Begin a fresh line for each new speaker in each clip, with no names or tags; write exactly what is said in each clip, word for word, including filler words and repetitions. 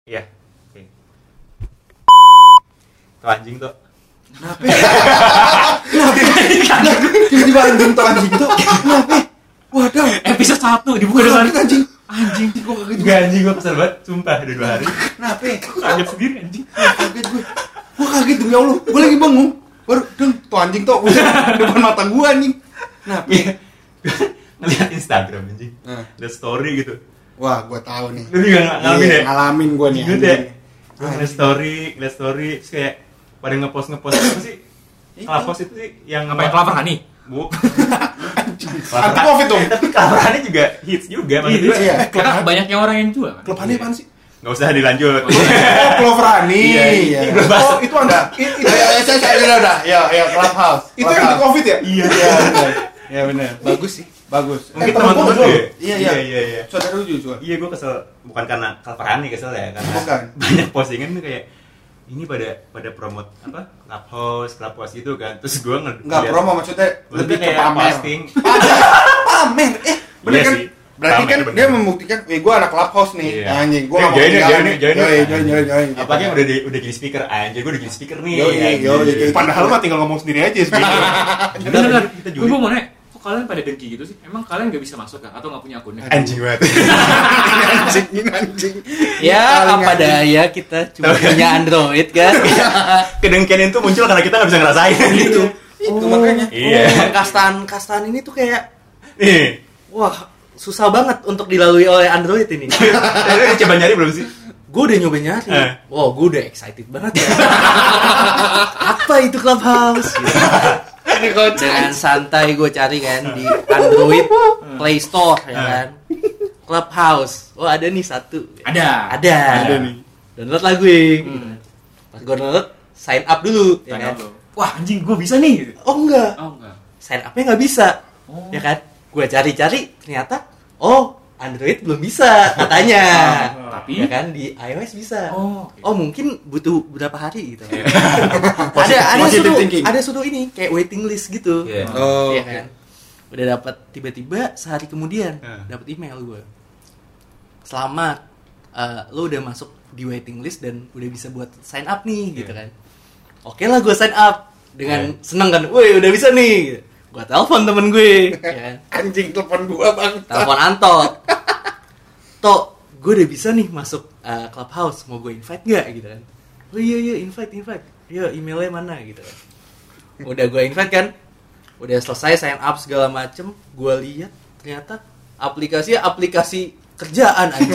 Iya. Oke. Tuh anjing tuh.
Kenapa? Kenapa? Tiba-tiba anjing tuh anjing tuh. Kenapa? Waduh.
Episode satu dibuka dengan
anjing.
Anjing.
Gue kaget.
Enggak anjing, gue kesel banget. Sumpah udah dua hari.
Kenapa?
Kaget sendiri anjing.
Kaget gue. Gue kaget demi Allah. Gue lagi bengong. Baru deng tuh anjing tuh depan mata gue anjing. Kenapa?
Ngeliat Instagram anjing.
Nah.
Lihat story gitu.
Wah, gue tahu nih.
Lu juga ng- ngalamin
Iya,
ya?
ngalamin gue nih.
Gitu
anjing.
ya? Gue ngeliat story, ngeliat story, terus kayak pada ngepost-ngepost apa sih? Ngepost itu sih yang
Apa yang kelapar Hani?
Bu.
Anti Covid dong.
Tapi kelaparannya juga hits juga maksud gue.
Iya.
Karena banyaknya orang yang jual kan?
Klub Hani apaan sih?
Enggak usah dilanjut.
Oh, Cloverani.
Iya, iya. Belum
Oh,
masuk.
itu Anda. Itu ya, saya saya udah udah. Ya, ya Clubhouse.
Itu yang anti Covid ya?
Iya.
Iya, benar. Ya benar. Bagus sih. Bagus.
Mungkin
Eh,
teman-teman
temen gua
gue.
juga. Iya, iya.
Iya, iya.
Saudara lu juga.
Iya, gue kesel bukan karena kelaparan nih kesel ya, karena
Bukan.
banyak postingan tuh kayak ini pada pada promote apa Clubhouse, Clubhouse gitu kan. Terus gue nge
Enggak
liat-
promo maksudnya
maksudnya
lebih ke
kayak
pamer.
posting.
Pamer. Eh, bener
Iya
kan?
sih.
Berarti
Pamer,
kan
bener.
dia membuktikan, "Eh, gua anak Clubhouse nih."
Iya.
Anjing, gua
Eh,
enggak mau
join yuk,
ketinggalan
join
nih.
yuk, join yuk.
Join, join, join, join.
Apalagi yang udah di, udah jadi speaker aja, gue udah jadi speaker nih.
Yoi,
ya,
yoi,
gitu.
yoi.
Padahal mah tinggal ngomong sendiri aja sebenarnya.
Bener-bener.
kita
Gue
juri.
mau nanya, kok kalian pada dengki gitu sih? Emang kalian gak bisa masuk kan? Atau gak punya akunnya?
Anjing banget.
Anjing, ini anjing.
Ya,
Paling
apa
anjing.
daya kita cuma punya Android kan.
Kedengkian itu muncul karena kita nggak bisa ngerasain gitu.
Itu makanya.
Iya.
Oh, kastaan-kastaan ini tuh kayak
Nih,
wah, susah banget untuk dilalui oleh Android ini.
lu udah coba nyari belum sih?
Gue udah nyoba nyari.
Eh.
Wow, gue udah excited banget ya. Apa itu Clubhouse? Gitu. Dengan santai gue cari kan di Android Play Store ya kan. Clubhouse. Oh, ada nih satu.
Ada.
Ada.
Ada nih.
Download lah gue.
Hmm.
Pas gue download, sign up dulu ya
Sign
kan.
up lo. Wah anjing gue bisa nih.
Oh enggak.
Oh enggak.
Sign up-nya nggak bisa.
Oh.
Ya kan? Gue cari-cari ternyata oh Android belum bisa katanya.
Oh, tapi
Ya kan di iOS bisa.
Oh, oke.
Oh mungkin butuh berapa hari gitu.
Iya.
ada ada
positive
suruh
thinking.
ada suruh ini kayak waiting list gitu.
Iya.
Oh,
Iya kan. Udah dapat tiba-tiba sehari kemudian
Hmm.
dapat email gue. Selamat, eh, lo udah masuk di waiting list dan udah bisa buat sign up nih gitu
Iya.
kan. Oke lah gue sign up dengan
Iya.
seneng kan. Woi udah bisa nih. Gue telepon temen gue. ya kan.
anjing telepon gua, Bang.
Telepon Anto. Tok, gue udah bisa nih masuk uh, Clubhouse. Mau gue invite gak gitu kan? Oh iya iya invite invite. Iya emailnya mana gitu kan? Udah gue invite kan? Udah selesai sign up segala macem. Gue lihat ternyata aplikasinya aplikasi kerjaan aja.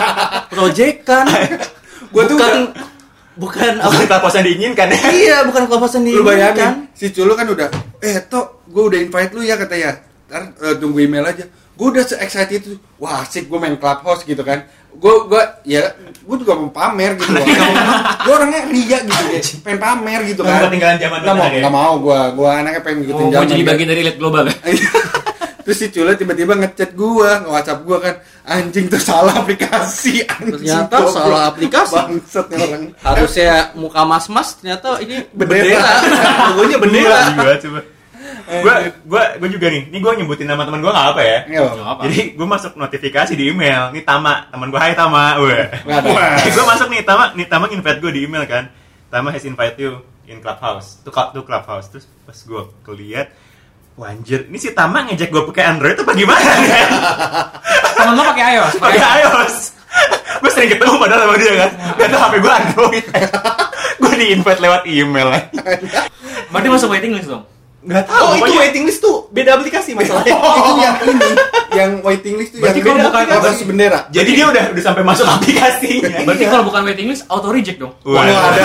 Proyekan.
Gua tuh
bukan bukan
Bukan Clubhouse yang diinginkan ya.
Iya bukan Clubhouse yang
Lu
diinginkan.
bayangin, si Culu kan udah, eh Tok, gue udah invite lu ya katanya. Ntar eh, tunggu email aja. Gue udah se-excited itu. Wah asik gue main Clubhouse gitu kan. Gue gue ya gue juga mau pamer gitu loh. Gue orangnya ria gitu ya. Pengen pamer gitu
Nggak mau
kan.
ketinggalan zaman
Nggak mau,
bener ya?
nggak mau gue. Gue anaknya pengen ngikutin
Oh, mau
zaman.
jadi
kan.
bagian dari elite global ya?
Terus si Culu tiba-tiba ngechat gue, nge-WhatsApp gue kan, anjing tuh salah aplikasi. Anjing,
Ternyata
goblok.
salah aplikasi.
Bangsat nih orang.
Harusnya muka mas-mas ternyata ini
Bendera.
bendera. Logonya bendera.
Gua coba. Gua gua gua juga nih. Ini gua nyebutin nama teman gua enggak apa ya.
Nggak apa.
Nggak apa.
Jadi gua masuk notifikasi di email. Nih Tama, teman gua, hai Tama. Wah.
Nggak ada.
Jadi gua masuk nih Tama, nih Tama invite gua di email kan. Tama has invite you in Clubhouse. Tuh tuh Clubhouse. Terus pas gua keliat, wah anjir, ini si Tama ngejek gua pakai Android apa gimana ya?
Temen lo pakai iOS?
Pakai iOS. Gua sering ketemu padahal sama dia kan. Gak tau H P gua Android. Gua di invite lewat email.
Berarti masuk waiting list dong?
Gak tau.
Oh itu
pokoknya-
waiting list tuh beda aplikasi masalahnya.
Itu yang ini, yang waiting list tuh
Berarti
yang
kalau
beda
bukan
aplikasi bendera.
Jadi dia udah udah sampai masuk aplikasinya.
Berarti kalau bukan waiting list, auto reject dong?
Wah,
Wah, ada.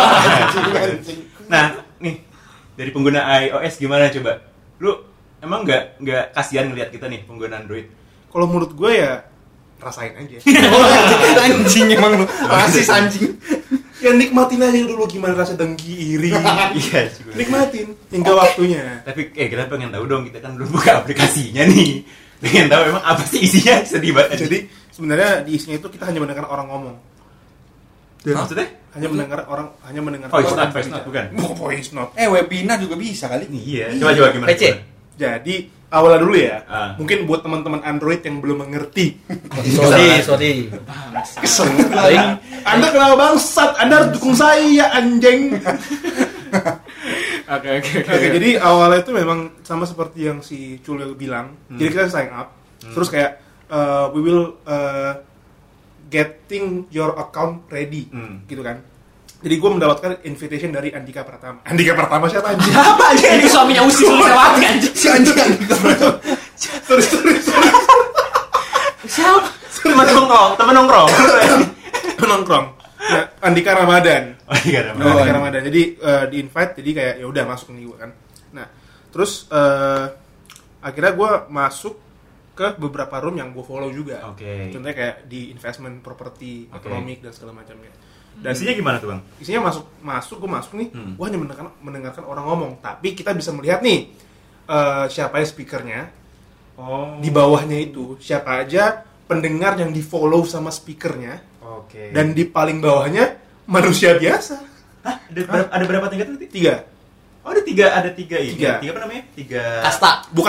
Nah, nih dari pengguna iOS gimana coba? Lu emang nggak nggak kasihan ngelihat kita nih pengguna Android?
Kalau menurut gue ya rasain aja.
Anjing emang lu rasis anjing.
Ya nikmatin aja dulu gimana rasa dengki iri.
Iya juga.
Nikmatin hingga waktunya.
Tapi eh kita pengen tahu dong, kita kan belum buka aplikasinya nih. Pengen tahu emang apa sih isinya, sedih banget.
Jadi sebenarnya di isinya itu kita hanya mendengar orang ngomong. Dan
maksudnya?
hanya mendengar orang hanya mendengar
Voice
orang
note, voice note, bukan?
Oh, voice note.
Eh webinar juga bisa kali.
Iya, coba coba gimana?
P C?
gimana?
Jadi awalnya dulu ya.
Ah.
Mungkin buat teman-teman Android yang belum mengerti.
Sorry, sorry.
Kesel. Anda kenapa bangsat? Anda harus dukung saya, anjing.
Oke oke oke.
Oke, jadi awalnya itu memang sama seperti yang si Culil bilang.
Hmm.
Jadi kita sign up, terus kayak uh, we will uh, getting your account ready,
Hmm.
gitu kan. Jadi gue mendapatkan invitation dari Andika Pratama. Andika Pratama siapa anjing?
Apa aja ini suaminya Usi Sulistiawati anjing.
Si anjing Andika Pratama. Sorry, sorry, sorry.
Siapa? Teman nongkrong, teman nongkrong.
Nongkrong. Ya, Andika Ramadan.
Oh iya,
Oh, Andika Ramadan. Jadi uh, di invite, jadi kayak ya udah masuk nih gue kan. Nah, terus uh, akhirnya gue masuk ke beberapa room yang gue follow juga.
Oke.
Contohnya kayak di investment property,
Oke.
economic dan segala macamnya.
Dan isinya gimana tuh, Bang?
Isinya masuk masuk gue masuk nih,
Hmm.
gue hanya mendengarkan, mendengarkan orang ngomong, tapi kita bisa melihat nih uh, siapa ya speakernya.
Oh.
Di bawahnya itu siapa aja pendengar yang di follow sama speakernya,
Oke.
dan di paling bawahnya manusia biasa.
Hah? Ada, berapa, ada berapa tingkat nanti?
Tiga.
Oh, ada tiga, ada tiga ini.
Tiga.
Tiga apa namanya? Tiga.
Kasta.
Bukan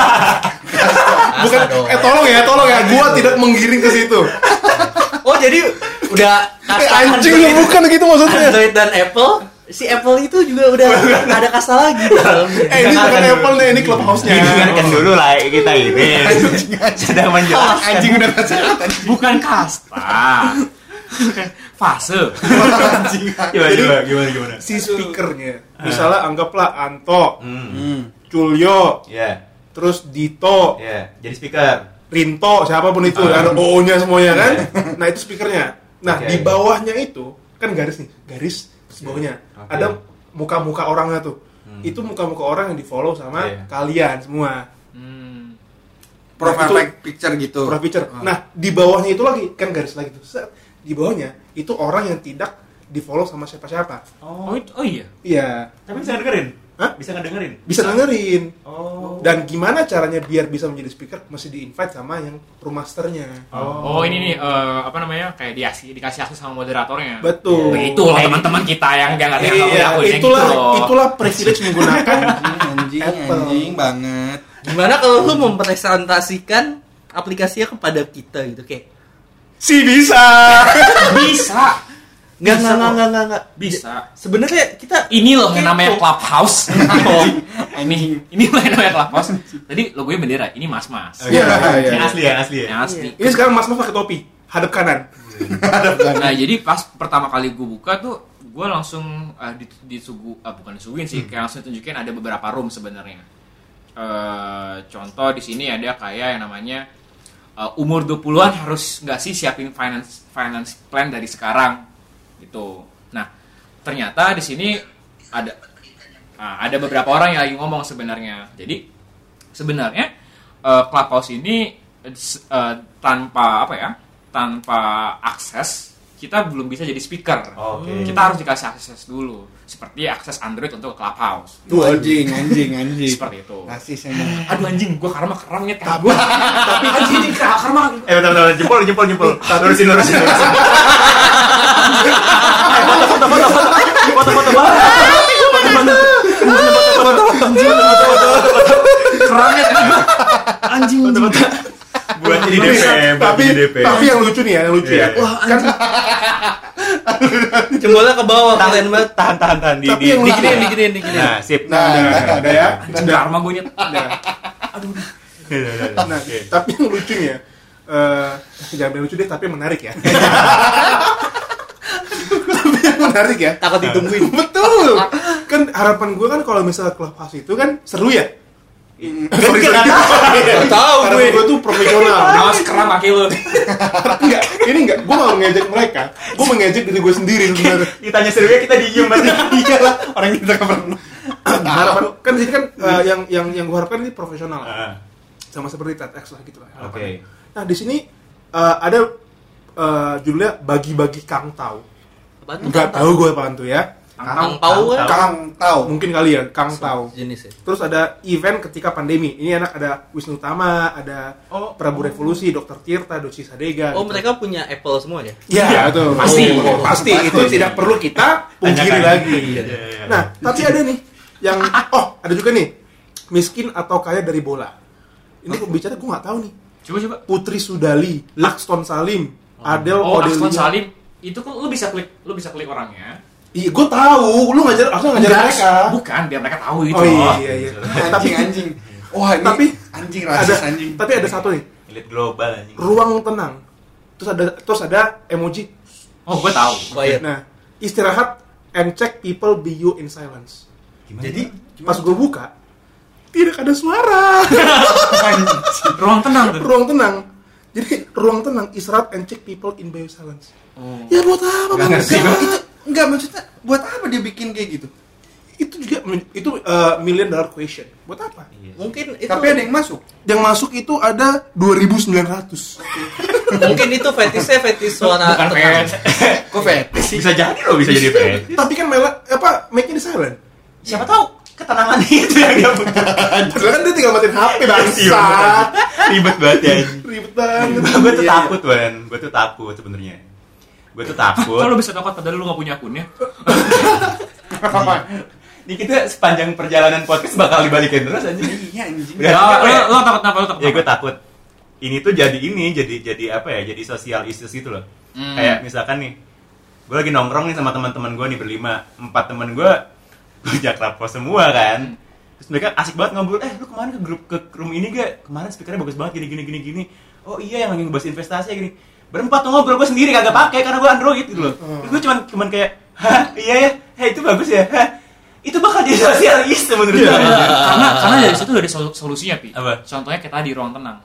bukan
dong.
eh tolong ya, tolong ya, gua tidak menggiring ke situ.
Oh, jadi udah
Eh,
kasta
anjing lu
Android,
bukan gitu maksudnya.
Android dan Apple. Si Apple itu juga udah nggak ada kasta lagi di dalamnya.
Eh ini bukan Apple nih, ini Clubhouse-nya.
Dengarkan dulu lah kita ini. Sedang menjelaskan.
Anjing udah kasih
Bukan kasta. Fase.
Gimana,
Jadi-
gimana, gimana, gimana?
Si speakernya, misalnya anggaplah Anto,
Hmm.
Culyo,
Ya,
terus Dito,
ya. Jadi speaker.
Rinto, siapapun itu,
Ah.
ada O-nya semuanya kan. Nah itu speakernya. Nah
Oke.
di bawahnya itu kan garis nih, garis terus bawahnya
Oke.
ada muka-muka orangnya tuh.
Hmm.
Itu muka-muka orang yang di follow sama
Iya.
kalian semua.
Hmm.
profile
Itu-
pic- picture gitu.
Profile picture.
Ah.
Nah di bawahnya itu lagi kan garis lagi tuh. Set. Di bawahnya itu orang yang tidak di follow sama siapa-siapa.
Oh, itu- oh iya.
Iya.
Tapi bisa ngedengerin?
Hah?
Bisa ngedengerin?
Bisa dengerin.
Oh.
Dan gimana caranya biar bisa menjadi speaker? Mesti di invite sama yang roommasternya.
Oh, ini nih eh, apa namanya? Kayak dikasih dikasih akses sama moderatornya.
Betul.
Begitu loh teman-teman kita yang jangan yang tahu
Iya,
aku
itulah
gitu loh.
itulah privilege menggunakan
Anjing,
Apple.
anjing banget.
Gimana kalau lu mempresentasikan aplikasinya kepada kita gitu kayak
si bisa.
Bisa.
nggak
Bisa
nggak
kok.
nggak nggak nggak nggak.
Bisa.
Sebenarnya kita
Ini loh yang namanya
Kepo.
Clubhouse. ini ini loh yang namanya Clubhouse. Tadi logonya bendera, ini mas-mas.
Oh, iya,
Iya, iya.
Yang asli ya, asli ya.
Yang asli.
Ini sekarang Mas Mas pakai topi, hadap kanan.
Nah, jadi pas pertama kali gue buka tuh gue langsung uh, disugu uh, bukan disuguhin sih, kayak langsung tunjukin ada beberapa room sebenarnya. Eh, contoh di sini ada kayak yang namanya uh, umur dua puluhan harus nggak sih siapin finance finance plan dari sekarang gitu. Nah, ternyata di sini ada ah, ada beberapa orang yang lagi ngomong sebenarnya. Jadi sebenarnya uh, Clubhouse ini uh, tanpa apa ya? Tanpa akses kita belum bisa jadi speaker.
Oke.
Kita harus dikasih akses dulu, seperti akses Android untuk Clubhouse.
Tuh anjing, anjing, anjing.
Seperti itu.
Rasis emang.
Aduh anjing, gua karma kerang nyet kan gua. Tapi anjing ini karma.
Eh, bentar, bentar, jempol, jempol, jempol. Lurusin, lurusin, lurusin. Eh, foto, foto, foto, foto. Foto, foto, foto. Foto, foto.
Kerangnya tadi gua. Anjing.
Foto, foto. Buat jadi D P, buat
tapi
jadi D P.
tapi yang lucu nih ya, yang lucu
Iya.
ya. Wah, kan
jempolnya ke bawah kalian banget.
Tahan, tahan, tahan. Di,
Tapi
di,
yang
di,
Diginiin, diginiin, diginiin.
Nah, sip.
nah, nah, ada ya.
Anjing karma gua nyet.
Nah,
Udah, udah, udah.
nah,
Oke.
tapi yang lucunya eh jangan bilang lucu deh, tapi yang menarik ya. Tapi yang menarik ya.
Takut ditungguin.
Betul. Kan harapan gue kan kalau misalnya Clubhouse itu kan seru ya.
Sorry, sorry.
Tahu gue. Gue tuh profesional.
Awas keram kaki lu.
Enggak, ini enggak. Gue gak mengejek mereka. Gue mengejek diri gue sendiri sebenarnya.
Ditanya seru ya, kita diem berarti.
Iyalah, orang kita kan pernah.
Harapan kan di sini kan eh, yang yang yang gue harapkan ini profesional.
Ah,
Sama seperti TEDx lah gitu lah.
Oke.
harapannya. Nah, di sini eh, ada eh, judulnya bagi-bagi Kang Tau.
Apaan tuh?
Enggak tahu gue apaan tuh ya.
Kang Pau kan
Kang tahu.
Mungkin kali ya, Kang Tau.
jenis ya.
Terus ada event ketika pandemi. Ini anak ada Wisnu Tama, ada
Oh.
Prabu Revolusi, Dokter Tirta, Doci Sadega.
Oh,
gitu.
mereka punya Apple semua ya?
Ya, betul.
Pasti.
Oh, pasti. Itu tidak perlu kita pungkiri
Tanyakan.
lagi.
Iya, iya, iya.
Nah, tapi ada nih yang oh, ada juga nih miskin atau kaya dari bola. Ini pembicara gue nggak tahu nih.
Coba coba.
Putri Sudali, Lakston Salim, Adele
Oh,
Odelia.
Aston Salim itu kan lu bisa klik, lu bisa klik orangnya.
Iya, gue tahu. Lu ngajar, harusnya ngajar
Enggak,
mereka.
bukan biar mereka tahu itu.
Oh iya iya iya.
Anjing anjing. Wah, ini
Tapi
anjing
ada,
rasis anjing.
tapi ada satu nih,
Elite global anjing.
ruang tenang. Terus ada terus ada emoji.
Oh, gue tahu.
Quiet.
Nah, istirahat and check people be you in silence.
Gimana?
Jadi pas gue buka, tidak ada suara.
Ruang tenang tuh.
Ruang tenang. Jadi ruang tenang, istirahat and check people in bio silence.
Oh.
Ya buat apa?
Enggak
Bang?
ngerti gua. Itu enggak maksudnya buat apa dia bikin kayak gitu?
Itu juga itu uh, million dollar question. Buat apa?
Mungkin itu
Tapi ada yang masuk.
Yang masuk itu ada dua ribu sembilan ratus.
mungkin itu fetisnya fetis suara
Bukan
tenang.
fans.
Kok fetish sih?
Bisa jadi loh, bisa jadi fans.
Tapi kan mela, apa make-nya di silent.
Siapa tahu ketenangan itu yang dia butuh.
Padahal kan dia tinggal matiin H P bangsa.
Iya, ribet banget ya.
Ribet banget.
Gue tuh takut, Wan. Gue tuh takut sebenarnya. Gue tuh takut.
Kalau bisa takut padahal lu gak punya akunnya.
Ini kita sepanjang perjalanan podcast bakal dibalikin terus aja.
Iya anjing.
Udah,
Ya,
apa ya?
lo, lo takut apa? Lo takut
Ya
apa?
gue takut. Ini tuh jadi ini, jadi jadi apa ya? Jadi sosial issues gitu loh.
Hmm.
Kayak misalkan nih, gue lagi nongkrong nih sama teman-teman gue nih berlima, empat teman gue kerja klapos semua kan. Terus mereka asik banget ngobrol. Eh, lu kemarin ke grup ke room ini gak? Kemarin speakernya bagus banget gini gini gini gini. Oh iya, yang lagi ngebahas investasi gini. Berempat tuh ngobrol, gue sendiri kagak pakai karena gue Android gitu loh. Terus gue cuman cuman kayak, hah iya ya, heh itu bagus ya, hah itu bakal jadi sosial issue menurut gue.
karena karena dari situ udah ada sol- solusinya, Pi.
Apa?
Contohnya kayak tadi ruang tenang.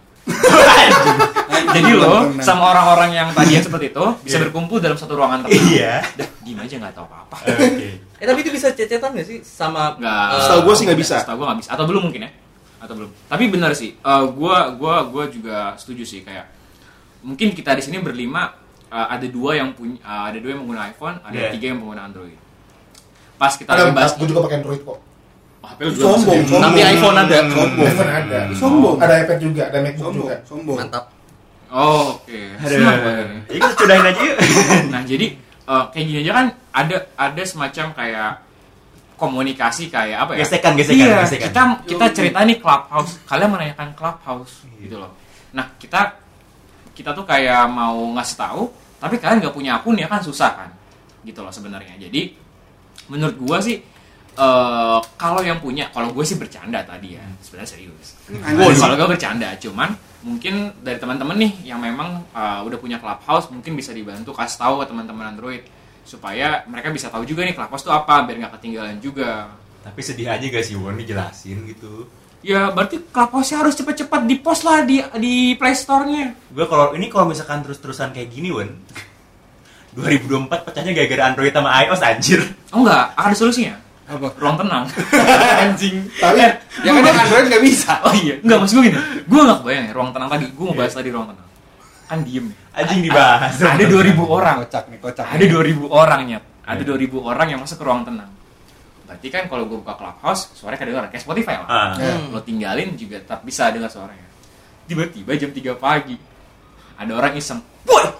Jadi lo sama orang-orang yang tadi yang seperti itu bisa
Iya.
berkumpul dalam satu ruangan tenang.
Iya.
Dah, diem aja nggak tahu apa-apa.
Oke.
Eh tapi itu bisa cecetan nggak sih sama
Nggak.
eh,
Setahu gua sih nggak bisa.
Setahu gue nggak bisa. Atau belum mungkin ya? Atau belum. Tapi benar sih. Eh, gua gua gua juga setuju sih kayak mungkin kita di sini berlima eh, ada dua yang punya eh, ada dua yang menggunakan iPhone, ada
Yeah.
tiga yang menggunakan Android. Pas kita
Ada
lagi bahas
gue juga pakai Android kok.
oh, H P lu juga
Sombong,
masih-
sombong.
Tapi iPhone ada.
Sombong.
iPhone ada.
Sombong.
Ada iPad juga, ada MacBook
Sombong.
juga.
Sombong.
mantap.
Oh, oke.
Aduh.
Senang banget ini.
Ya kita sudahin aja yuk.
Nah, jadi eh, kayak gini aja kan ada ada semacam kayak komunikasi kayak apa ya?
Gesekan, gesekan,
Iya,
gesekan.
kita kita cerita nih Clubhouse. Kalian menanyakan Clubhouse gitu loh. Nah, kita kita tuh kayak mau ngasih tahu, tapi kalian nggak punya akun ya kan susah kan? Gitu loh sebenarnya. Jadi menurut gua sih eh kalau yang punya, kalau gue sih bercanda tadi ya, sebenarnya serius.
Anjing.
Kalau gue bercanda, cuman mungkin dari teman-teman nih yang memang uh, udah punya Clubhouse mungkin bisa dibantu kasih tahu ke teman-teman Android supaya mereka bisa tahu juga nih Clubhouse itu apa biar nggak ketinggalan juga.
Tapi sedih aja gak sih Won dijelasin gitu.
Ya berarti Clubhouse-nya harus cepet-cepet di-post lah di di Play Store-nya.
Gue kalau ini kalau misalkan terus-terusan kayak gini Won, dua ribu dua puluh empat pecahnya gara-gara Android sama iOS anjir.
Oh enggak, ada solusinya.
Apa?
Ruang tenang.
Anjing.
Tapi yang ada Android nggak bisa.
Oh iya, enggak maksud gue gini. Gue nggak kebayang ya ruang tenang tadi. Gue mau bahas tadi ruang tenang. Kan diem.
Anjing dibahas.
Ada dua ribu orang.
Kocak nih, kocak.
Ada dua ribu orang nyet. Ada dua ribu orang yang masuk ke ruang tenang. Berarti kan kalau gue buka Clubhouse, suaranya kedengeran kayak Spotify lah.
Ah.
Hmm.
Lo tinggalin juga tetap bisa dengar suaranya. Tiba-tiba jam tiga pagi ada orang iseng. Woi.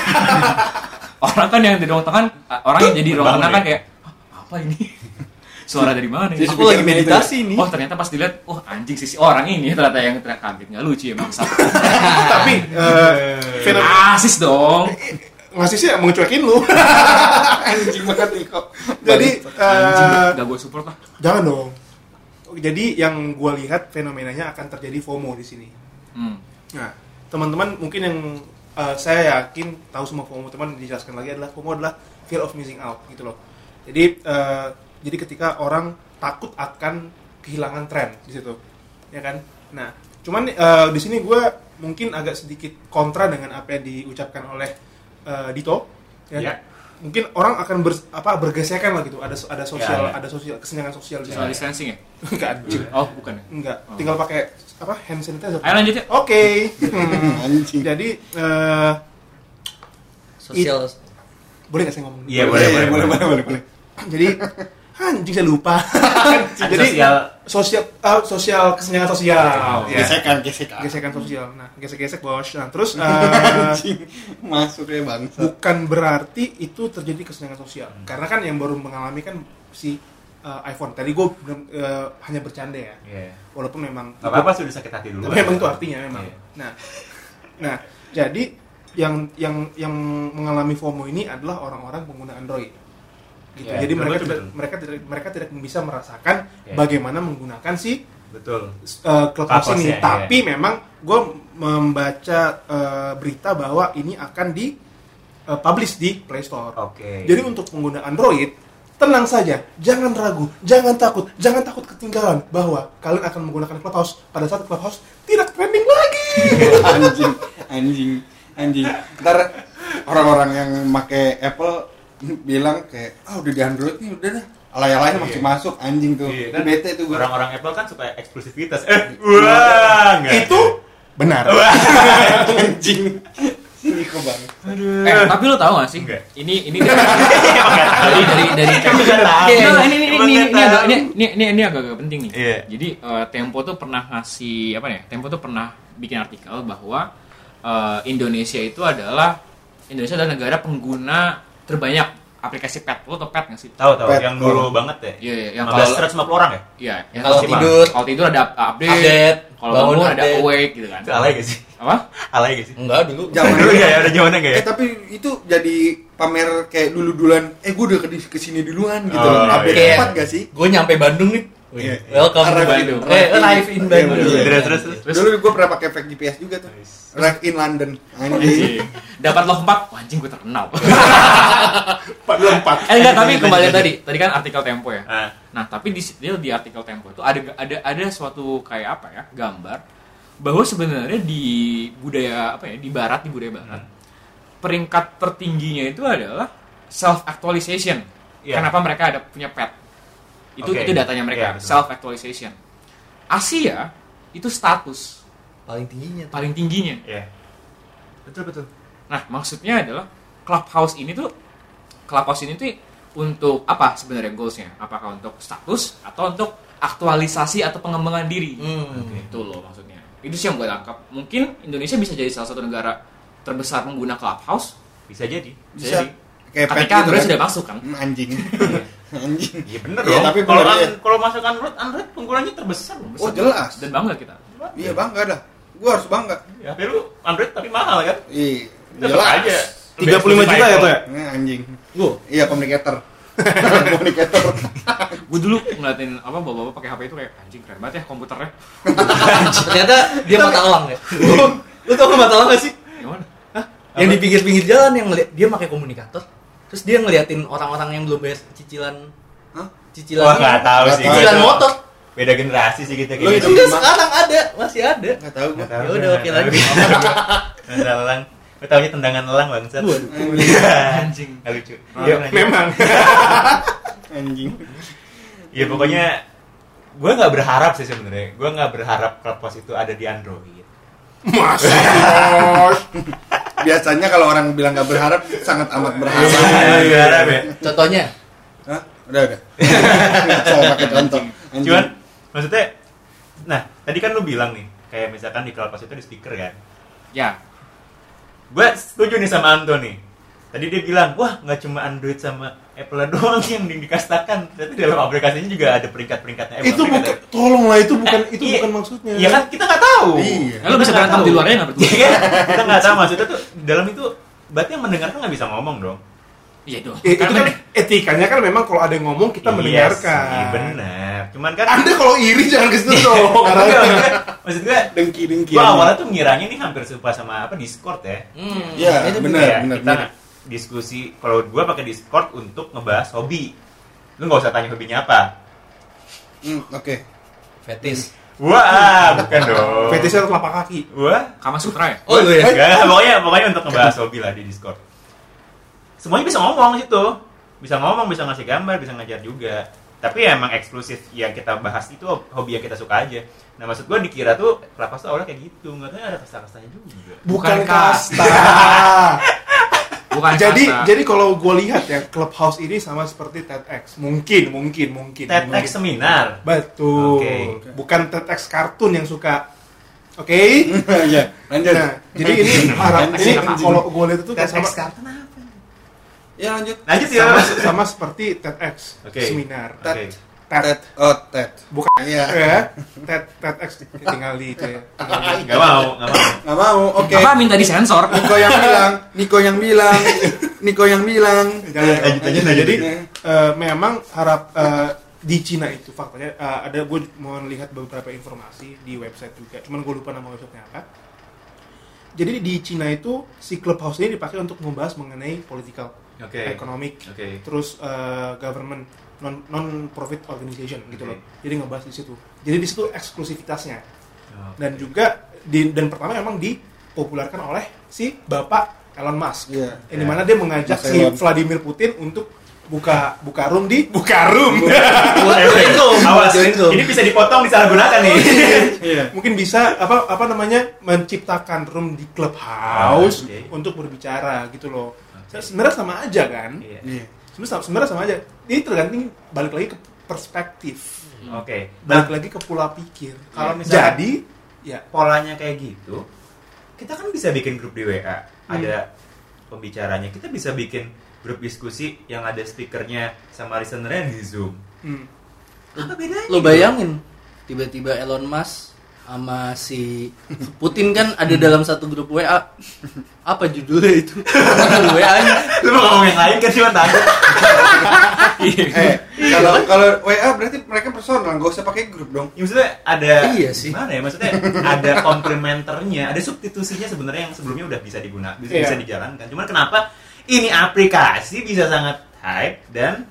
Orang kan yang di ruang tengah, orang yang jadi ruang
Bangun
tengah kan
ya?
kayak "Hah, apa ini? Suara dari mana?
Jadi
ini?"
Aku lagi meditasi nih.
Oh ternyata pas dilihat, oh anjing sisi orang ini ternyata yang ternyata kaget nggak lucu ya bangsa.
Tapi eh, fenomena
Asis dong.
ngasih sih mengecuekin lu.
Anjing banget nih kok.
Jadi
Anjing,
eh,
gak gue support lah.
jangan dong. Jadi yang gue lihat fenomenanya akan terjadi FOMO di sini.
Hmm.
Nah, teman-teman mungkin yang eh, saya yakin tahu semua FOMO, teman dijelaskan lagi adalah FOMO adalah fear of missing out gitu loh. Jadi eh, jadi ketika orang takut akan kehilangan tren di situ, ya kan? Nah, cuman eh, di sini gue mungkin agak sedikit kontra dengan apa yang diucapkan oleh eh, Dito, ya.
Ya.
Mungkin orang akan ber, apa bergesekan lah gitu. Ada ada sosial,
Ya, ya.
ada sosial kesenjangan sosial di
Social
sana.
distancing ya?
Enggak, anjing.
Oh bukan ya?
Enggak.
Oh.
Tinggal pakai apa? Hand sanitizer.
Ayo lanjut ya.
Oke. Hmm.
Anjing.
Jadi eh,
Sosial
boleh nggak saya ngomong?
Iya, boleh, boleh, boleh,
boleh, boleh.
Jadi anjing saya lupa.
Ada
Jadi
sosial.
sosial ah, sosial kesenjangan sosial. Ya.
Gesekan, gesekan.
Gesekan sosial. Nah, gesek-gesek bos. Nah, terus eh,
Anjing. Masuknya bangsa.
bukan berarti itu terjadi kesenjangan sosial. Karena kan yang baru mengalami kan si uh, iPhone. Tadi gue uh, hanya bercanda ya.
Iya.
Walaupun memang
Gak apa-apa sudah sakit hati dulu.
tapi memang itu artinya memang.
Iya.
Nah, nah jadi yang yang yang mengalami FOMO ini adalah orang-orang pengguna Android. Gitu.
Ya,
Jadi
betul,
mereka
betul,
tidak
betul.
mereka tidak mereka tidak bisa merasakan
Ya.
bagaimana menggunakan si
Betul.
uh, Clubhouse
Clubhouse
ini.
ya,
Tapi
ya.
memang gue membaca uh, berita bahwa ini akan di uh, publish di Play Store.
Oke.
Jadi untuk pengguna Android, tenang saja, jangan ragu, jangan takut, jangan takut ketinggalan bahwa kalian akan menggunakan Clubhouse pada saat Clubhouse tidak trending lagi.
anjing anjing anjing ntar orang-orang yang make Apple bilang kayak ah udah di Android nih udah dah alay-alaynya masih
Iya.
masuk anjing tuh
Iya,
itu
kan
bete tuh gue
orang-orang Apple kan suka eksklusivitas. Eh, wah, enggak.
Itu benar.
anjing ini kok bang
Aduh.
Eh, tapi lo tau gak sih?
Enggak.
Ini ini dari dari dari dari
Emang nggak tahu.
Iya, ini ini
Emang
ini
nggak
ini agak
tahu.
ini ini ini ini agak-agak penting nih.
Iya.
Jadi eh, Tempo tuh pernah ngasih apa ya? Tempo tuh pernah bikin artikel bahwa eh, Indonesia itu adalah Indonesia adalah negara pengguna terbanyak aplikasi pet. Lo tau pet nggak sih?
Tahu tahu
Pet,
yang
oh.
dulu banget ya.
Iya, iya, yang
lima belas
kalau-
seratus lima puluh orang ya?
Iya. Yang
Kalau
Maksimal.
tidur
kalau tidur ada update,
Update,
kalau
bangun
bangun ada
update.
awake gitu kan.
Itu alay gak sih?
Apa?
Alay gak sih?
enggak dulu.
Zaman
Dulu ya, ada zamannya gak ya?
eh tapi itu jadi pamer kayak dulu-duluan eh gue udah ke kesini duluan gitu
Oh,
update
iya.
cepat gak sih
Gue nyampe Bandung nih.
Iya.
Welcome to
Arrive
Bandung.
in-
Eh, arrive in Bandung.
Iya,
Terus terus terus.
Terus
dulu gue pernah pakai fake G P S juga tuh arrive in London anjing
dapat lo empat, wah, anjing gue terkenal.
empat puluh empat.
Eh enggak, tapi kembali tadi. Tadi kan artikel Tempo ya.
Ah,
Nah, tapi di di, di artikel Tempo itu ada ada ada suatu kayak apa ya? Gambar bahwa sebenarnya di budaya apa ya? Di barat, di budaya barat. Peringkat tertingginya itu adalah self actualization.
Iya.
Kenapa mereka ada punya pet? Itu
Oke.
itu datanya mereka,
Iya, betul.
self actualization. Asia itu status
Paling tingginya tuh.
paling tingginya.
iya. Betul betul.
Nah, maksudnya adalah Clubhouse ini tuh Clubhouse ini tuh untuk apa sebenarnya goalsnya? Apakah untuk status atau untuk aktualisasi atau pengembangan diri?
Hmm.
Itu loh maksudnya. Itu sih yang gue tangkap. Mungkin Indonesia bisa jadi salah satu negara terbesar pengguna Clubhouse.
Bisa jadi.
Bisa
Bisa.
jadi.
kayak
Tapi
pet
kan
gitu
Android
kan.
sudah masuk kan?
Hmm, anjing anjing
Iya bener
Iya,
dong.
tapi
Kalau
bener,
an-
iya.
kalau masuk Android, Android penggunanya terbesar loh.
oh jelas
Dan bangga kita.
iya bangga dah gue harus bangga
Ya, H P lu Android tapi mahal kan?
iya
Tetap
jelas
aja.
tiga puluh lima juta ya tuh ya?
Nah, anjing
Gue
iya communicator communicator
Gue dulu ngeliatin apa bapak-bapak pakai H P itu kayak anjing keren banget ya komputernya.
ternyata dia mata elang ya. Lu tau gak mata elang gak sih?
Gimana?
Yang di pinggir-pinggir jalan yang ngeliat, dia pakai komunikator. Terus dia ngeliatin orang-orang yang belum bayar cicilan
Hah?
cicilan
Wah, nggak tahu sih.
cicilan
Gua
motor.
Beda generasi sih kita
Lu
kayak
itu
gitu.
Enggak, sekarang ada, masih ada.
nggak tahu gue
Nggak tahu,
Ya udah,
nggak
oke
tahu.
lagi.
Tendangan elang. Gue taunya tendangan elang bangsat.
Waduh.
Anjing.
Nggak lucu.
Ah,
Iya, lanjut.
memang.
anjing
Ya pokoknya gue nggak berharap sih sebenarnya. Gue nggak berharap Clubhouse itu ada di Android.
Masa?
biasanya kalau orang bilang nggak berharap sangat amat berharap
Nggak berharap ya.
Contohnya,
Hah? udah udah nggak usah pakai contoh anjing.
Cuman maksudnya, nah tadi kan lu bilang nih, kayak misalkan di Clubhouse itu di speaker kan.
Ya,
Gue setuju nih sama Anto nih. Tadi dia bilang, wah nggak cuma Android sama Apple doang yang di- dikastakan, tapi dalam aplikasinya juga ada peringkat-peringkatnya. Apple,
Itu bukan,
peringkatnya-
tolonglah itu bukan
Eh,
itu
iya.
bukan maksudnya.
Iya kan kita nggak tahu.
Iya.
ya, lo bisa
Kita nggak
berantem
tahu.
di luarnya nggak berdua?
Iya kan? Kita nggak tahu maksudnya tuh dalam itu berarti yang mendengarkan nggak bisa ngomong dong.
Iya dong.
Eh, itu
Karena
kan etikanya kan memang kalau ada yang ngomong kita
Iya
mendengarkan.
sih, benar. Cuman kan
Anda kalau iri jangan ke situ dong.
Maksud gue, maksud gue,
dengki dengki
gue awalnya tuh ngiranya nih hampir serupa sama apa Discord ya.
hmm,
Iya,
itu
bener.
Kayak kita
bener.
diskusi, kalau gue pakai Discord untuk ngebahas hobi. Lu nggak usah tanya hobinya apa.
Hmm, oke
fetis.
Wah, bukan dong.
Fetisnya telapak kaki.
Wah,
Kama Sutra ya?
Oh, lu ya?
Enggak, pokoknya pokoknya untuk ngebahas hobi lah di Discord. Semuanya bisa ngomong gitu. Bisa ngomong, bisa ngasih gambar, bisa ngajar juga. Tapi ya emang eksklusif yang kita bahas itu hobi yang kita suka aja. Nah maksud gue dikira tuh Clubhouse tuh awalnya kayak gitu. Nggak tahu ada kasta-kastanya juga.
Bukan
Bukan
kasta.
Bukan
jadi
kasta.
jadi kalau gue lihat ya Clubhouse ini sama seperti TEDx. Mungkin, mungkin, mungkin.
TEDx
mungkin.
seminar.
Betul.
Oke.
Bukan TEDx kartun yang suka. Oke.
ya lanjut
Nah, jadi ini harap ini
Anjing.
kalau gue lihat itu kan
TEDx
sama
kartun apa?
ya lanjut
Lanjut ya.
sama, sama seperti TEDx
Oke.
seminar.
Oke.
Ted, oh Ted.
bukan
Iya.
ya Ted Ted X tinggal di itu ya tinggal di-
Gak mau, gak mau.
Nggak mau, oke.
Apa minta disensor?
Niko yang bilang, Niko yang bilang, Niko yang bilang.
Jangan,
Lanjut aja, lanjut.
jadi eh, memang harap eh, di Cina itu faktanya eh, ada gue mau lihat beberapa informasi di website juga, cuman gue lupa nama websitenya apa. Jadi di Cina itu si Clubhouse ini dipakai untuk membahas mengenai political,
Oke.
economic,
Oke.
terus eh, government, non non profit organization gitu
Oke.
loh. Jadi ngebahas di situ. Jadi di situ eksklusivitasnya.
Oh.
Dan juga di dan pertama memang dipopulerkan oleh si Bapak Elon Musk.
Iya.
Yang dimana dia mengajak
Mas
si
Elon.
Vladimir Putin untuk buka buka room di buka room.
Buat join Zoom, buat
Awas,
join Zoom.
ini bisa dipotong, disalahgunakan nih.
Iya.
Mungkin bisa apa apa namanya menciptakan room di Clubhouse
Ah, oke.
untuk berbicara gitu loh.
Oke.
Sebenarnya sama aja kan?
Iya.
Iya.
Sebenarnya sama, sebenarnya sama aja. Ini tergantung balik lagi ke perspektif.
Oke.
Balik
Nah,
lagi ke pola pikir.
Kalau misalnya-
jadi ya
polanya kayak gitu, kita kan bisa bikin grup di W A, ada pembicaranya. Kita bisa bikin grup diskusi yang ada speakernya sama listenernya di Zoom.
hmm.
Apa bedanya?
Lo bayangin tiba-tiba Elon Musk sama si Putin kan ada dalam satu grup W A. Apa judulnya itu? W A-nya.
Lu mau ngomong yang lain kan cuma tadi.
Eh, kalau kalau W A berarti mereka personal, nggak usah pakai grup dong.
Ya, maksudnya ada
Iya sih.
gimana ya? Maksudnya ada komplementernya, ada substitusinya sebenarnya yang sebelumnya udah bisa digunakan, bisa,
Iya.
bisa dijalankan. Cuman kenapa ini aplikasi bisa sangat hype dan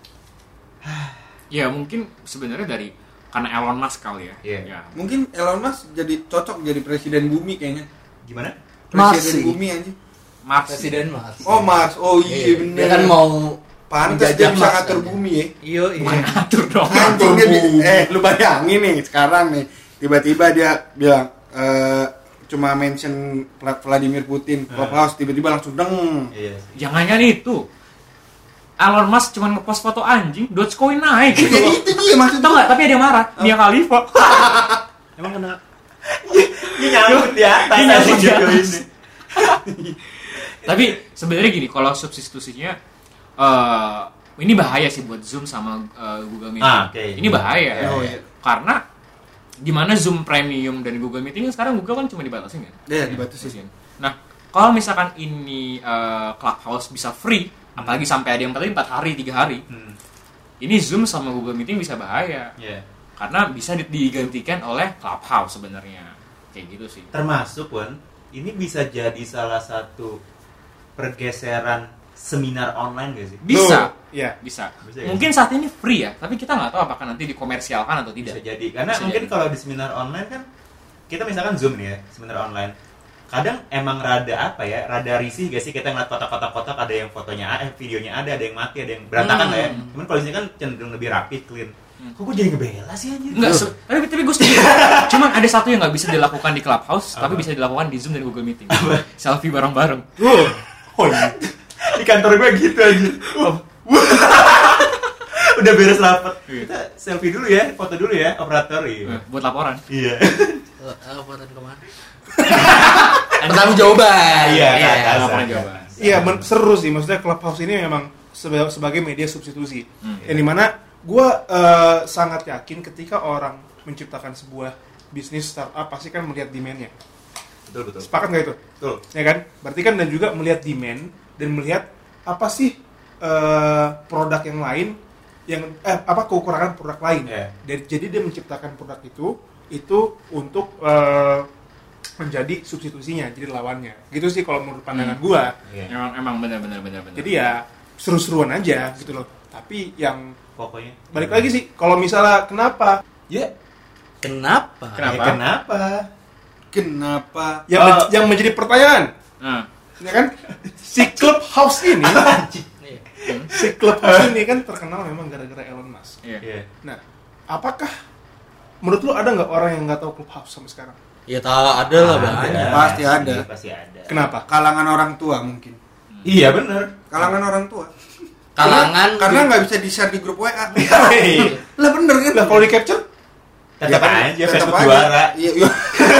Ya mungkin sebenarnya dari karena Elon Musk kali ya.
Iya.
Ya.
Mungkin Elon Musk jadi cocok jadi presiden bumi kayaknya.
gimana?
Presiden
Masih.
bumi anjing.
Mars.
Presiden Mars.
Oh Mars, oh iya
Iya,
bener.
dia kan mau
Pantes dia
menjajah
bisa
Mars
ngatur
kan,
bumi ya.
Iya, iya.
Atur dong.
Anjing dia bi- eh lu bayangin nih sekarang nih tiba-tiba dia bilang eh cuma mention Vla- Vladimir Putin Clubhouse tiba-tiba langsung deng.
Iya.
Jangan-jangan itu. Elon Musk cuma ngepost foto anjing, Dogecoin naik gitu
Ya
loh.
itu dia maksud
Tau nggak? Tapi ada yang marah. Mia Khalifa.
Emang kena ini nyangkut di atas
Ini nyangkut di
video
atas.
ini.
Tapi sebenarnya gini, kalau substitusinya eh ini bahaya sih buat Zoom sama eh, Google Meeting.
Ah, oke.
Ini bahaya.
Iya,
Oh,
iya.
Karena gimana Zoom Premium dan Google Meeting kan sekarang Google kan cuma dibatasin kan?
Dia dibatasi.
Nah, kalau misalkan ini eh, Clubhouse bisa free, apalagi sampai ada yang tadi empat hari, tiga hari,
Hmm.
ini Zoom sama Google Meeting bisa bahaya.
Iya.
Karena bisa di- digantikan oleh Clubhouse sebenarnya. Kayak gitu sih.
Termasuk Wan, ini bisa jadi salah satu pergeseran seminar online gak sih?
Bisa.
Iya.
Bisa.
Bisa ya?
Mungkin saat ini free ya, tapi kita nggak tahu apakah nanti dikomersialkan atau
Bisa
tidak.
jadi karena
Bisa
mungkin
jadi.
kalau di seminar online kan kita misalkan Zoom nih ya, seminar online. Kadang emang rada apa ya, rada risih gak sih kita ngeliat kotak-kotak-kotak ada yang fotonya eh videonya ada, ada yang mati, ada yang berantakan
Hmm.
lah ya. Cuman kalau di sini kan cenderung lebih rapi, clean. Kok gue jadi ngebela sih anjir?
Enggak, se- tapi tapi gue setuju. Cuman ada satu yang nggak bisa dilakukan di Clubhouse, tapi bisa dilakukan di Zoom dan Google Meeting. Selfie bareng-bareng.
Oh iya. Di kantor gue gitu aja. Udah beres rapat. Kita selfie dulu ya, foto dulu ya, operator.
Eh,
Iya.
buat laporan.
Iya.
Laporan kemana? Pertanggung jawaban.
Iya,
Iya,
kasar.
laporan jawaban.
Iya, men- seru sih. Maksudnya Clubhouse ini memang seba- sebagai media substitusi.
Hmm.
Yang dimana gue eh, sangat yakin ketika orang menciptakan sebuah bisnis startup pasti kan melihat demand-nya.
Betul betul.
Sepakat nggak itu?
Betul.
Ya kan? Berarti kan dan juga melihat demand dan melihat apa sih eh, produk yang lain yang eh apa kekurangan produk lain.
Iya.
Dan jadi dia menciptakan produk itu itu untuk eh, menjadi substitusinya, jadi lawannya. Gitu sih kalau menurut pandangan gua.
Iya.
Emang emang benar benar benar benar.
Jadi ya seru-seruan aja gitu loh. Tapi yang
Pokoknya.
balik lagi sih kalau misalnya kenapa
Ya.
Kenapa?
Kenapa?
Ya, kenapa?
Kenapa?
yang
Oh.
men- yang menjadi pertanyaan,
Nah,
ya kan? Si Clubhouse ini,
Iya.
si Clubhouse ini kan terkenal memang gara-gara Elon Musk.
iya.
Iya.
Nah, apakah menurut lu ada nggak orang yang nggak tahu Clubhouse sampai sekarang?
Ya tahu ada lah banyak.
Pasti ada.
Iya, pasti ada.
Kenapa?
Kalangan orang tua mungkin.
Iya bener.
Kalangan orang tua.
Kalangan
Karena nggak bisa di-share di grup W A.
Iya.
Lah bener kan?
Lah kalau di capture,
Tetap
Ya kan?
aja
Tetap
Facebook
aja.
juara.
Iya, iya.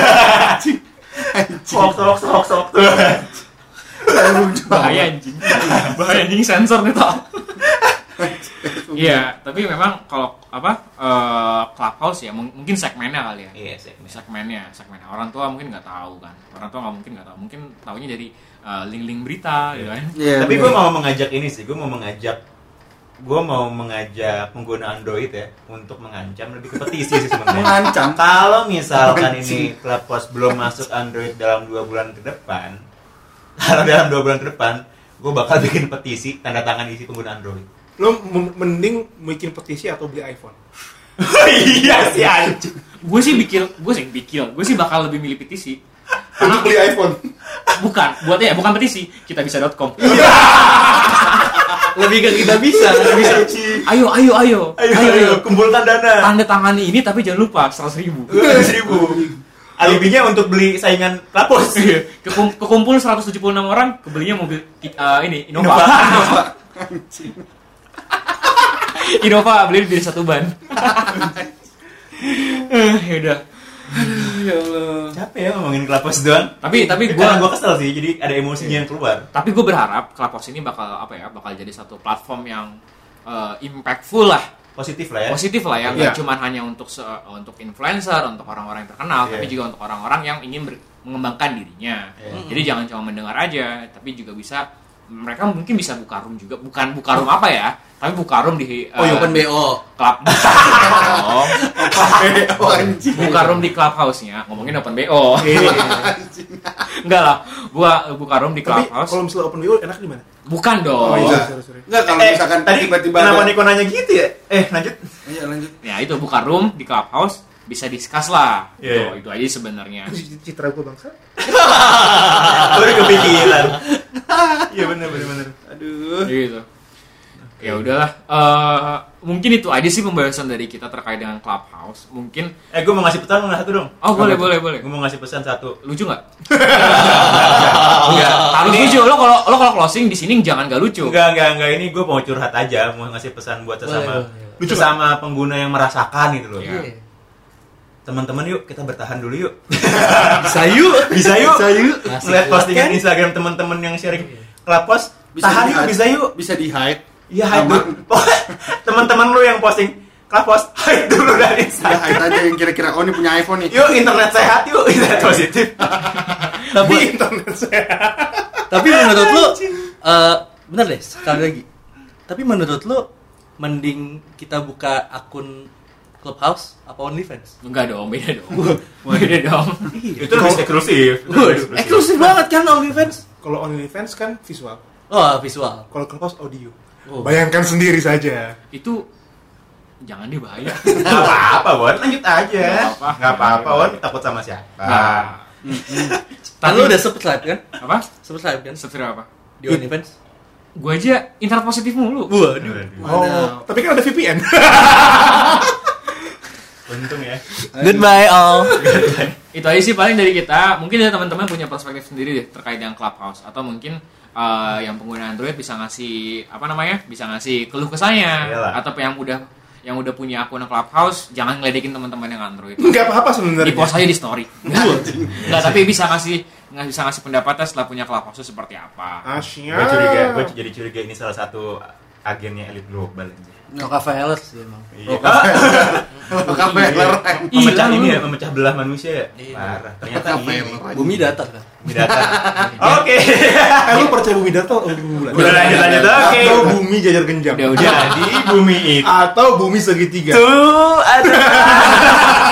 Sok sok sok sok tuh.
Bahaya anjing. Bahaya anjing sensor nih toh. Iya, tapi memang kalau apa eh, Clubhouse ya mung- mungkin segmennya kali ya.
Iya, segmen.
Segmennya, segmennya. Orang tua mungkin nggak tahu kan. Orang tua nggak mungkin nggak tahu. Mungkin taunya dari eh, link-link berita gitu kan.
Iya,
Tapi
bener.
gue mau mengajak ini sih, gue mau mengajak gue mau mengajak pengguna Android ya untuk mengancam lebih ke petisi sih sebenarnya.
Mengancam?
Kalau misalkan ini Clubhouse belum masuk Android dalam dua bulan ke depan, kalau dalam dua bulan ke depan, gue bakal bikin petisi tanda tangan isi pengguna Android.
Lo m- mending bikin petisi atau beli iPhone?
Iya sih anjing.
Gue sih bikin, gue sih bikin, gue sih bakal lebih milih petisi.
Untuk beli iPhone.
Bukan, buatnya bukan petisi, kita bisa dot com.
Lebih ke kita bisa, bisa.
Ayo, ayo, ayo,
Ayo, ayo, kumpulkan dana.
Tanda tangani ini tapi jangan lupa seratus ribu.
Seribu. Alibinya untuk beli saingan Clubhouse.
Kekum- Kekumpul seratus tujuh puluh enam orang, kebelinya mobil uh, ini Innova. Innova beli di satu ban. Eh, yaudah.
Ya Allah.
Capek ya ngomongin Clubhouse doang.
Tapi tapi
Karena
gua
gue kesel sih, jadi ada emosinya yang keluar.
tapi gue berharap Clubhouse ini bakal apa ya? Bakal jadi satu platform yang uh, impactful lah.
Positif lah ya.
Positif lah ya, nggak
Iya.
cuma hanya untuk se- untuk influencer, untuk orang-orang yang terkenal,
Iya.
tapi juga untuk orang-orang yang ingin ber- mengembangkan dirinya.
Iya.
Jadi jangan cuma mendengar aja, tapi juga bisa mereka mungkin bisa buka room juga, bukan buka room apa ya, tapi buka room di
Oh,
eh,
open B O.
club. Oh,
Oh, anjing.
buka room di clubhouse-nya, ngomongin open B O. Enggak lah, gua buka room di
Tapi
clubhouse.
kalau misalnya open B O enak di mana?
Bukan dong.
Oh, iya.
Enggak.
sorry, sorry.
Enggak, kalau
Eh,
misalkan
tadi
tiba-tiba
kenapa
ada-
Niko nanya gitu ya? Eh, lanjut.
Iya, lanjut.
Ya itu buka room di clubhouse bisa discuss lah.
Iya.
Itu, itu aja sebenarnya.
Citra gue bangsa.
Baru kepikiran. Iya benar benar benar.
Aduh.
Gitu. Ya udahlah. Eh, mungkin itu aja sih pembahasan dari kita terkait dengan Clubhouse. Mungkin
Eh, gue mau ngasih pesan nggak satu dong?
oh boleh boleh boleh.
Gue mau ngasih pesan satu.
Lucu nggak? Enggak. Harus
Ini-
lucu. Lo kalau lo kalau closing di sini jangan nggak lucu.
Enggak enggak enggak ini gue mau curhat aja, mau ngasih pesan buat sesama
Boleh,
lucu sama pengguna yang merasakan gitu loh.
Iya.
Teman-teman yuk kita bertahan dulu yuk.
Bisa yuk.
Bisa yuk.
Bisa yuk.
Masih
Lihat
kuat
postingan
kan?
Instagram teman-teman yang sharing Clubhouse.
Bisa
Tahan
di
yuk,
hide.
bisa yuk.
Bisa di hide.
Iya, hide
Aman.
dulu. Teman-teman lu yang posting Clubhouse, hide dulu dari
Ya,
Instagram.
hide aja yang kira-kira oh ini punya iPhone nih.
Yuk internet sehat yuk, internet positif.
Tapi
Internet saya.
tapi menurut lu eh bener deh sekali lagi. Tapi menurut lu mending kita buka akun Clubhouse apa OnlyFans?
Enggak dong, beda dong. Beda dong.
Itu lebih eksklusif. Itu lebih
Waduh, eksklusif banget kan OnlyFans?
Kalau OnlyFans kan visual.
Oh, visual.
Kalau Clubhouse audio.
Oh.
Bayangkan sendiri saja.
Itu jangan deh bahaya.
Nggak apa-apa, Won. Lanjut aja.
Nggak apa-apa.
Nggak apa-apa, Won. Takut sama siapa?
Nah,
Kan lu udah subscribe kan?
apa?
Subscribe kan?
Subscribe apa?
Di OnlyFans?
Gua aja internet positif mulu.
Waduh.
Oh, tapi kan ada V P N.
Untung ya.
Goodbye all.
Itu aja sih paling dari kita. Mungkin ya teman-teman punya perspektif sendiri deh terkait dengan Clubhouse atau mungkin eh, yang pengguna Android bisa ngasih apa namanya? Bisa ngasih keluh kesahnya
Iyalah.
atau yang udah yang udah punya akun Clubhouse jangan ngeledekin teman-teman yang Android.
Enggak apa-apa
Di
sebenarnya.
post aja di story. Enggak, tapi bisa ngasih nggak bisa ngasih pendapatnya setelah punya Clubhouse itu seperti apa.
Asyik.
Gue curiga, gue jadi curiga ini salah satu agennya elit global aja.
Rockefeller sih emang.
Iya.
Rockefeller.
Memecah
Iya,
ini
lu.
ya, memecah belah manusia ya.
Iya.
Parah. Ternyata
Rockefeller.
ini.
Bumi datar kan?
Bumi datar. Oke.
Eh, lu percaya bumi datar atau bumi bulan?
Udah lanjut lanjut oke.
Atau bumi jajar genjang?
Udah udah.
Jadi bumi itu
Atau bumi segitiga?
ada